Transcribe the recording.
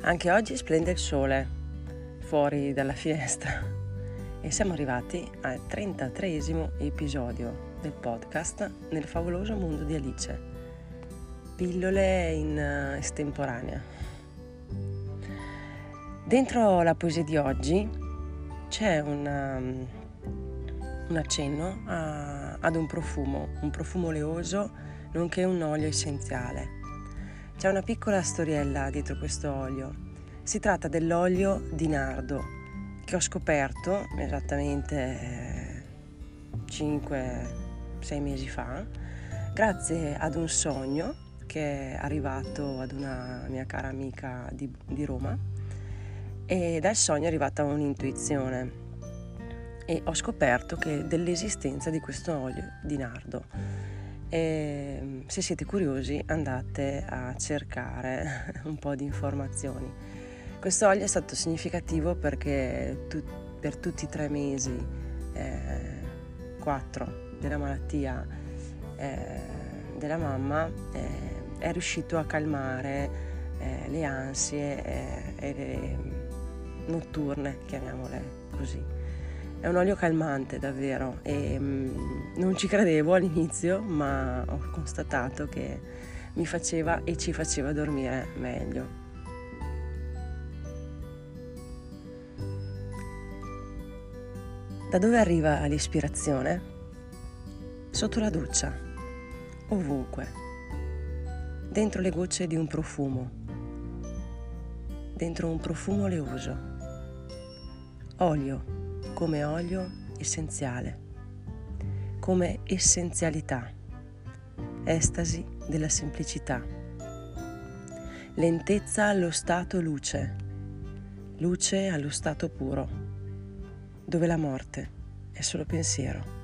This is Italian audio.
Anche oggi splende il sole fuori dalla finestra e siamo arrivati al 33esimo episodio del podcast Nel favoloso mondo di Alice. Pillole in estemporanea. Dentro la poesia di oggi c'è un accenno ad un profumo oleoso, nonché un olio essenziale. C'è una piccola storiella dietro questo olio. Si tratta dell'olio di nardo che ho scoperto esattamente 5-6 mesi fa, grazie ad un sogno che è arrivato ad una mia cara amica di Roma, e dal sogno è arrivata un'intuizione e ho scoperto dell'esistenza di questo olio di nardo. E se siete curiosi andate a cercare un po' di informazioni. Questo olio è stato significativo perché per tutti i 3 mesi, 4 della malattia della mamma, è riuscito a calmare le ansie e le notturne, chiamiamole così. È un olio calmante davvero e non ci credevo all'inizio, ma ho constatato che mi faceva e ci faceva dormire meglio. Da dove arriva l'ispirazione? Sotto la doccia, ovunque, dentro le gocce di un profumo, dentro un profumo oleoso, olio come olio essenziale, come essenzialità, estasi della semplicità, lentezza allo stato luce, luce allo stato puro, dove la morte è solo pensiero.